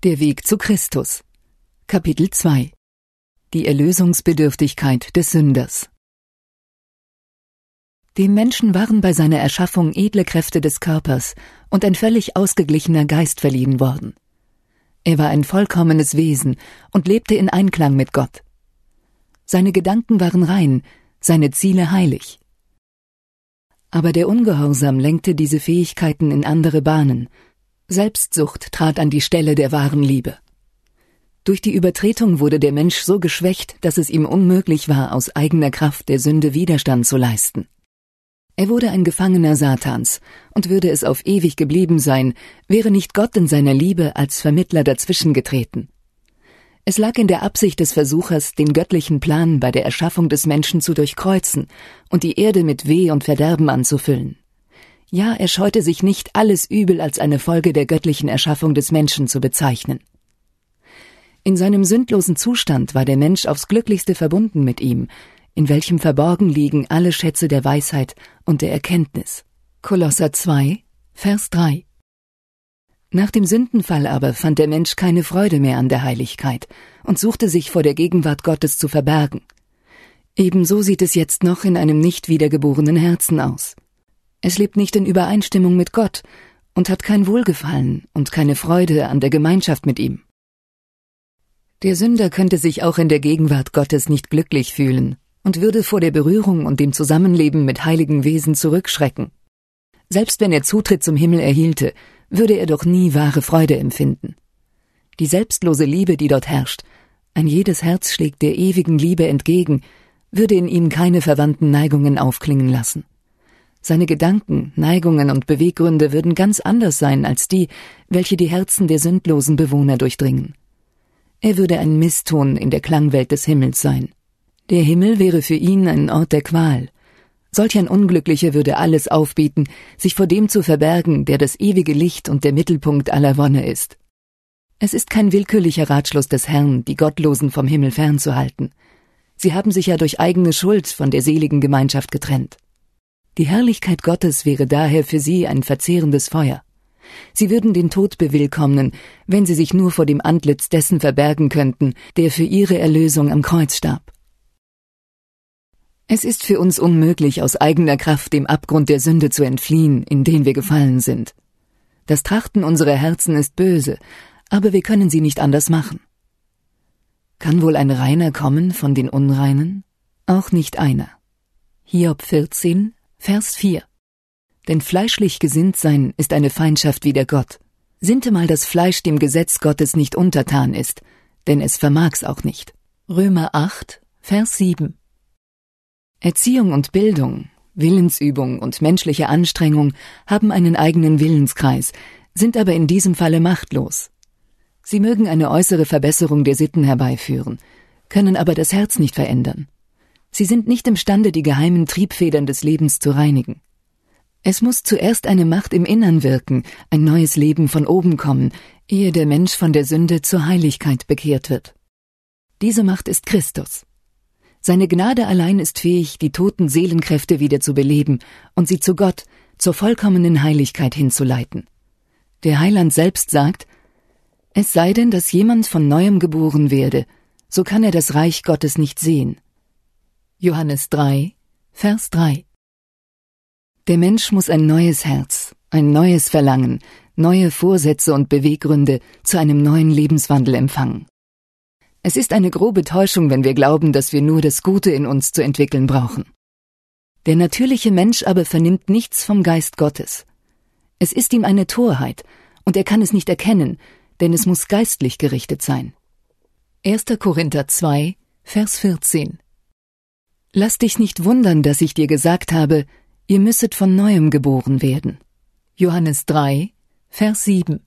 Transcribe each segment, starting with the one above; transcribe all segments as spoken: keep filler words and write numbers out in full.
Der Weg zu Christus. Kapitel zwei. Die Erlösungsbedürftigkeit des Sünders. Dem Menschen waren bei seiner Erschaffung edle Kräfte des Körpers und ein völlig ausgeglichener Geist verliehen worden. Er war ein vollkommenes Wesen und lebte in Einklang mit Gott. Seine Gedanken waren rein, seine Ziele heilig. Aber der Ungehorsam lenkte diese Fähigkeiten in andere Bahnen. Selbstsucht trat an die Stelle der wahren Liebe. Durch die Übertretung wurde der Mensch so geschwächt, dass es ihm unmöglich war, aus eigener Kraft der Sünde Widerstand zu leisten. Er wurde ein Gefangener Satans und würde es auf ewig geblieben sein, wäre nicht Gott in seiner Liebe als Vermittler dazwischen getreten. Es lag in der Absicht des Versuchers, den göttlichen Plan bei der Erschaffung des Menschen zu durchkreuzen und die Erde mit Weh und Verderben anzufüllen. Ja, er scheute sich nicht, alles Übel als eine Folge der göttlichen Erschaffung des Menschen zu bezeichnen. In seinem sündlosen Zustand war der Mensch aufs Glücklichste verbunden mit ihm, in welchem verborgen liegen alle Schätze der Weisheit und der Erkenntnis. Kolosser zwei, Vers drei. Nach dem Sündenfall aber fand der Mensch keine Freude mehr an der Heiligkeit und suchte sich vor der Gegenwart Gottes zu verbergen. Ebenso sieht es jetzt noch in einem nicht wiedergeborenen Herzen aus. Es lebt nicht in Übereinstimmung mit Gott und hat kein Wohlgefallen und keine Freude an der Gemeinschaft mit ihm. Der Sünder könnte sich auch in der Gegenwart Gottes nicht glücklich fühlen und würde vor der Berührung und dem Zusammenleben mit heiligen Wesen zurückschrecken. Selbst wenn er Zutritt zum Himmel erhielte, würde er doch nie wahre Freude empfinden. Die selbstlose Liebe, die dort herrscht, ein jedes Herz schlägt der ewigen Liebe entgegen, würde in ihm keine verwandten Neigungen aufklingen lassen. Seine Gedanken, Neigungen und Beweggründe würden ganz anders sein als die, welche die Herzen der sündlosen Bewohner durchdringen. Er würde ein Misston in der Klangwelt des Himmels sein. Der Himmel wäre für ihn ein Ort der Qual. Solch ein Unglücklicher würde alles aufbieten, sich vor dem zu verbergen, der das ewige Licht und der Mittelpunkt aller Wonne ist. Es ist kein willkürlicher Ratschluss des Herrn, die Gottlosen vom Himmel fernzuhalten. Sie haben sich ja durch eigene Schuld von der seligen Gemeinschaft getrennt. Die Herrlichkeit Gottes wäre daher für sie ein verzehrendes Feuer. Sie würden den Tod bewillkommnen, wenn sie sich nur vor dem Antlitz dessen verbergen könnten, der für ihre Erlösung am Kreuz starb. Es ist für uns unmöglich, aus eigener Kraft dem Abgrund der Sünde zu entfliehen, in den wir gefallen sind. Das Trachten unserer Herzen ist böse, aber wir können sie nicht anders machen. Kann wohl ein Reiner kommen von den Unreinen? Auch nicht einer. Hiob vierzehn, Vers vier. Denn fleischlich gesinnt sein ist eine Feindschaft wider Gott. Sintemal das Fleisch dem Gesetz Gottes nicht untertan ist, denn es vermag's auch nicht. Römer acht, Vers sieben. Erziehung und Bildung, Willensübung und menschliche Anstrengung haben einen eigenen Willenskreis, sind aber in diesem Falle machtlos. Sie mögen eine äußere Verbesserung der Sitten herbeiführen, können aber das Herz nicht verändern. Sie sind nicht imstande, die geheimen Triebfedern des Lebens zu reinigen. Es muss zuerst eine Macht im Innern wirken, ein neues Leben von oben kommen, ehe der Mensch von der Sünde zur Heiligkeit bekehrt wird. Diese Macht ist Christus. Seine Gnade allein ist fähig, die toten Seelenkräfte wieder zu beleben und sie zu Gott, zur vollkommenen Heiligkeit hinzuleiten. Der Heiland selbst sagt: Es sei denn, dass jemand von Neuem geboren werde, so kann er das Reich Gottes nicht sehen. Johannes drei, Vers drei. Der Mensch muss ein neues Herz, ein neues Verlangen, neue Vorsätze und Beweggründe zu einem neuen Lebenswandel empfangen. Es ist eine grobe Täuschung, wenn wir glauben, dass wir nur das Gute in uns zu entwickeln brauchen. Der natürliche Mensch aber vernimmt nichts vom Geist Gottes. Es ist ihm eine Torheit, und er kann es nicht erkennen, denn es muss geistlich gerichtet sein. erster Korinther zwei, Vers vierzehn. Lass dich nicht wundern, dass ich dir gesagt habe, ihr müsset von Neuem geboren werden. Johannes drei, Vers sieben.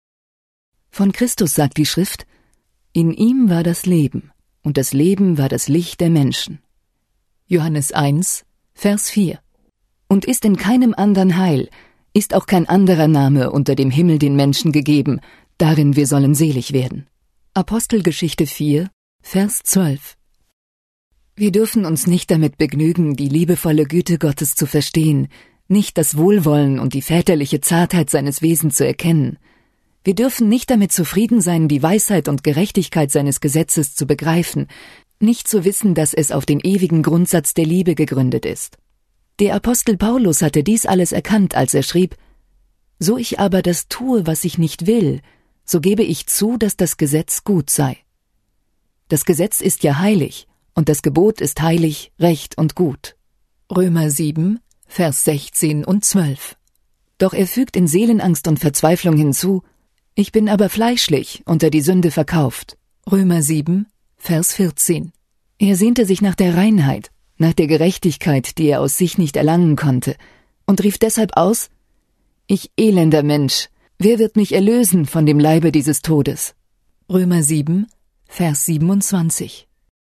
Von Christus sagt die Schrift: In ihm war das Leben, und das Leben war das Licht der Menschen. Johannes eins, Vers vier. Und ist in keinem andern Heil, ist auch kein anderer Name unter dem Himmel den Menschen gegeben, darin wir sollen selig werden. Apostelgeschichte vier, Vers zwölf. Wir dürfen uns nicht damit begnügen, die liebevolle Güte Gottes zu verstehen, nicht das Wohlwollen und die väterliche Zartheit seines Wesens zu erkennen. Wir dürfen nicht damit zufrieden sein, die Weisheit und Gerechtigkeit seines Gesetzes zu begreifen, nicht zu wissen, dass es auf den ewigen Grundsatz der Liebe gegründet ist. Der Apostel Paulus hatte dies alles erkannt, als er schrieb: »So ich aber das tue, was ich nicht will, so gebe ich zu, dass das Gesetz gut sei.« Das Gesetz ist ja heilig, und das Gebot ist heilig, recht und gut. Römer sieben, Vers sechzehn und zwölf. Doch er fügt in Seelenangst und Verzweiflung hinzu: »Ich bin aber fleischlich, unter die Sünde verkauft.« Römer sieben, Vers vierzehn. Er sehnte sich nach der Reinheit, nach der Gerechtigkeit, die er aus sich nicht erlangen konnte, und rief deshalb aus: »Ich elender Mensch, wer wird mich erlösen von dem Leibe dieses Todes?« Römer sieben, Vers siebenundzwanzig.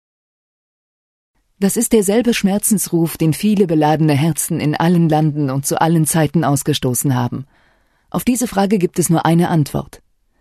Das ist derselbe Schmerzensruf, den viele beladene Herzen in allen Landen und zu allen Zeiten ausgestoßen haben. Auf diese Frage gibt es nur eine Antwort: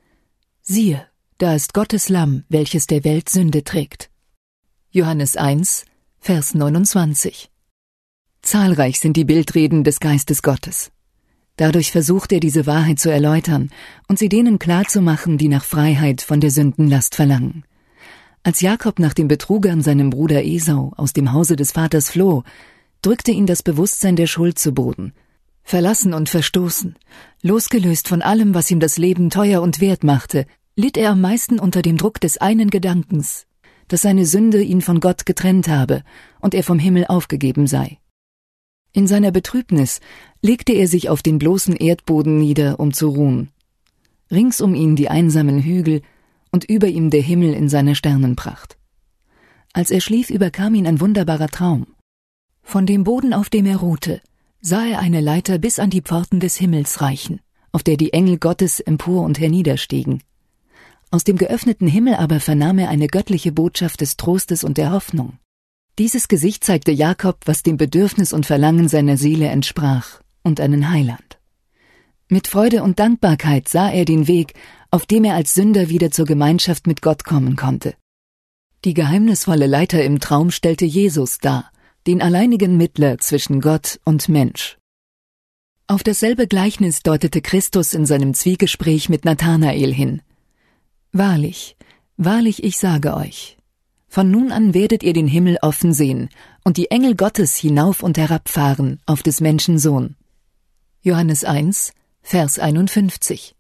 Siehe, da ist Gottes Lamm, welches der Welt Sünde trägt. Johannes eins, Vers neunundzwanzig. Zahlreich sind die Bildreden des Geistes Gottes. Dadurch versucht er, diese Wahrheit zu erläutern und sie denen klarzumachen, die nach Freiheit von der Sündenlast verlangen. Als Jakob nach dem Betrug an seinem Bruder Esau aus dem Hause des Vaters floh, drückte ihn das Bewusstsein der Schuld zu Boden. Verlassen und verstoßen, losgelöst von allem, was ihm das Leben teuer und wert machte, litt er am meisten unter dem Druck des einen Gedankens, dass seine Sünde ihn von Gott getrennt habe und er vom Himmel aufgegeben sei. In seiner Betrübnis legte er sich auf den bloßen Erdboden nieder, um zu ruhen. Rings um ihn die einsamen Hügel und über ihm der Himmel in seiner Sternenpracht. Als er schlief, überkam ihn ein wunderbarer Traum. Von dem Boden, auf dem er ruhte, sah er eine Leiter bis an die Pforten des Himmels reichen, auf der die Engel Gottes empor und herniederstiegen. Aus dem geöffneten Himmel aber vernahm er eine göttliche Botschaft des Trostes und der Hoffnung. Dieses Gesicht zeigte Jakob, was dem Bedürfnis und Verlangen seiner Seele entsprach, und einen Heiland. Mit Freude und Dankbarkeit sah er den Weg, auf dem er als Sünder wieder zur Gemeinschaft mit Gott kommen konnte. Die geheimnisvolle Leiter im Traum stellte Jesus dar, den alleinigen Mittler zwischen Gott und Mensch. Auf dasselbe Gleichnis deutete Christus in seinem Zwiegespräch mit Nathanael hin. »Wahrlich, wahrlich, ich sage euch, von nun an werdet ihr den Himmel offen sehen und die Engel Gottes hinauf und herabfahren auf des Menschen Sohn.« Johannes eins, Vers einundfünfzig.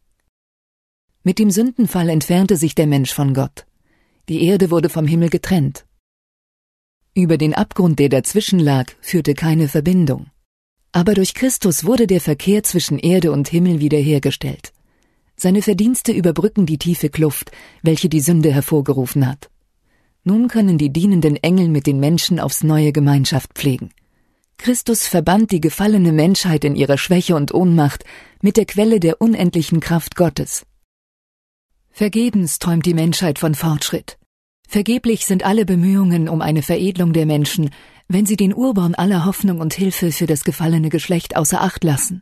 Mit dem Sündenfall entfernte sich der Mensch von Gott. Die Erde wurde vom Himmel getrennt. Über den Abgrund, der dazwischen lag, führte keine Verbindung. Aber durch Christus wurde der Verkehr zwischen Erde und Himmel wiederhergestellt. Seine Verdienste überbrücken die tiefe Kluft, welche die Sünde hervorgerufen hat. Nun können die dienenden Engel mit den Menschen aufs neue Gemeinschaft pflegen. Christus verband die gefallene Menschheit in ihrer Schwäche und Ohnmacht mit der Quelle der unendlichen Kraft Gottes. Vergebens träumt die Menschheit von Fortschritt. Vergeblich sind alle Bemühungen um eine Veredelung der Menschen, wenn sie den Urborn aller Hoffnung und Hilfe für das gefallene Geschlecht außer Acht lassen.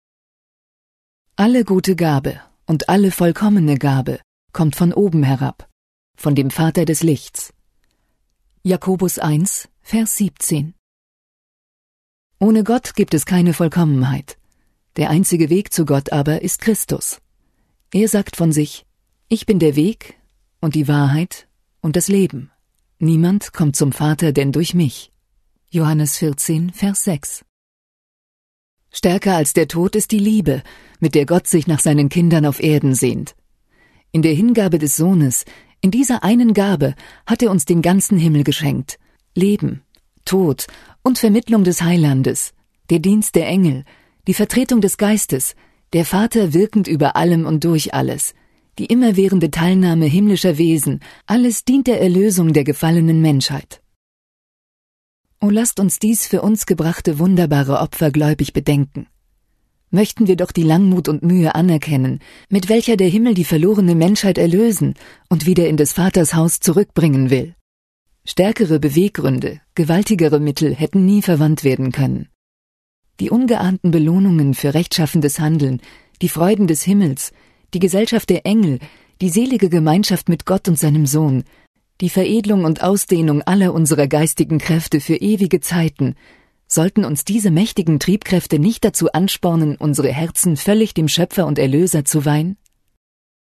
Alle gute Gabe und alle vollkommene Gabe kommt von oben herab, von dem Vater des Lichts. Jakobus eins, Vers siebzehn. Ohne Gott gibt es keine Vollkommenheit. Der einzige Weg zu Gott aber ist Christus. Er sagt von sich: Ich bin der Weg und die Wahrheit und das Leben. Niemand kommt zum Vater denn durch mich. Johannes vierzehn, Vers sechs. Stärker als der Tod ist die Liebe, mit der Gott sich nach seinen Kindern auf Erden sehnt. In der Hingabe des Sohnes, in dieser einen Gabe, hat er uns den ganzen Himmel geschenkt. Leben, Tod und Vermittlung des Heilandes, der Dienst der Engel, die Vertretung des Geistes, der Vater wirkend über allem und durch alles, die immerwährende Teilnahme himmlischer Wesen, alles dient der Erlösung der gefallenen Menschheit. O lasst uns dies für uns gebrachte wunderbare Opfer gläubig bedenken. Möchten wir doch die Langmut und Mühe anerkennen, mit welcher der Himmel die verlorene Menschheit erlösen und wieder in des Vaters Haus zurückbringen will. Stärkere Beweggründe, gewaltigere Mittel hätten nie verwandt werden können. Die ungeahnten Belohnungen für rechtschaffendes Handeln, die Freuden des Himmels, die Gesellschaft der Engel, die selige Gemeinschaft mit Gott und seinem Sohn, die Veredelung und Ausdehnung aller unserer geistigen Kräfte für ewige Zeiten, sollten uns diese mächtigen Triebkräfte nicht dazu anspornen, unsere Herzen völlig dem Schöpfer und Erlöser zu weihen?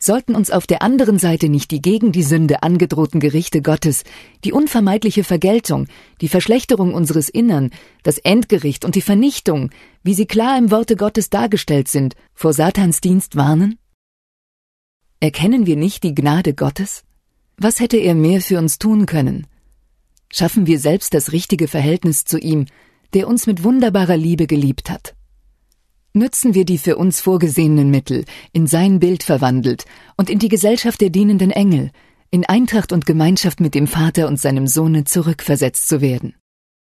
Sollten uns auf der anderen Seite nicht die gegen die Sünde angedrohten Gerichte Gottes, die unvermeidliche Vergeltung, die Verschlechterung unseres Innern, das Endgericht und die Vernichtung, wie sie klar im Worte Gottes dargestellt sind, vor Satans Dienst warnen? Erkennen wir nicht die Gnade Gottes? Was hätte er mehr für uns tun können? Schaffen wir selbst das richtige Verhältnis zu ihm, der uns mit wunderbarer Liebe geliebt hat. Nützen wir die für uns vorgesehenen Mittel, in sein Bild verwandelt und in die Gesellschaft der dienenden Engel, in Eintracht und Gemeinschaft mit dem Vater und seinem Sohne zurückversetzt zu werden.